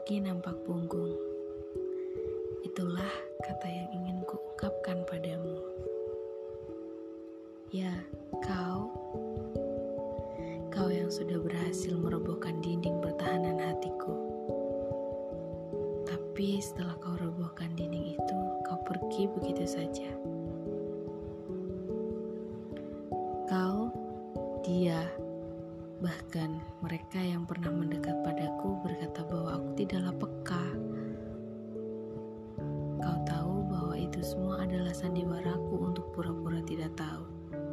kaki nampak punggung. Itulah kata yang ingin kuungkapkan padamu. Ya, kau yang sudah berhasil merobohkan dinding pertahanan hatiku. Tapi setelah kau robohkan dinding itu, kau pergi begitu saja. Kau, dia, bahkan mereka yang pernah mendekat padaku berkata bahwa aku tidaklah peka. Kau tahu bahwa itu semua adalah sandiwaraku untuk pura-pura tidak tahu.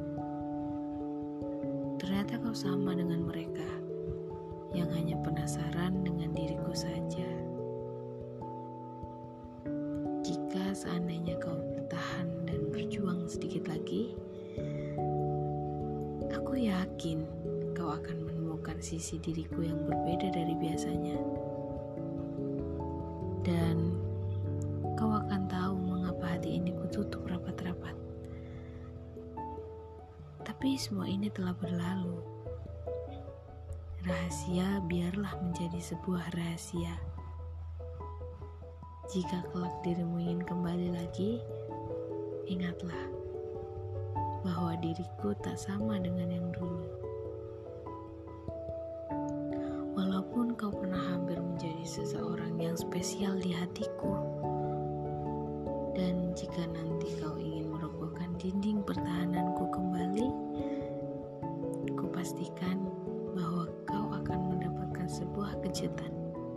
Ternyata kau sama dengan mereka yang hanya penasaran dengan diriku saja. Jika seandainya kau bertahan dan berjuang sedikit lagi, aku yakin kau akan menemukan sisi diriku yang berbeda dari biasanya. Dan kau akan tahu mengapa hati ini kututup rapat-rapat. Tapi semua ini telah berlalu. Rahasia biarlah menjadi sebuah rahasia. Jika kelak dirimu ingin kembali lagi, ingatlah bahwa diriku tak sama dengan yang dulu. Walaupun kau pernah hampir menjadi seseorang yang spesial di hatiku, dan jika nanti kau ingin merobohkan dinding pertahananku kembali, kupastikan bahwa kau akan mendapatkan sebuah kejutan.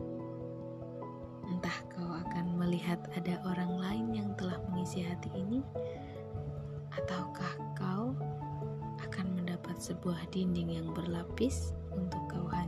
Entah kau akan melihat ada orang lain yang telah mengisi hati ini, ataukah kau akan mendapat sebuah dinding yang berlapis untuk kau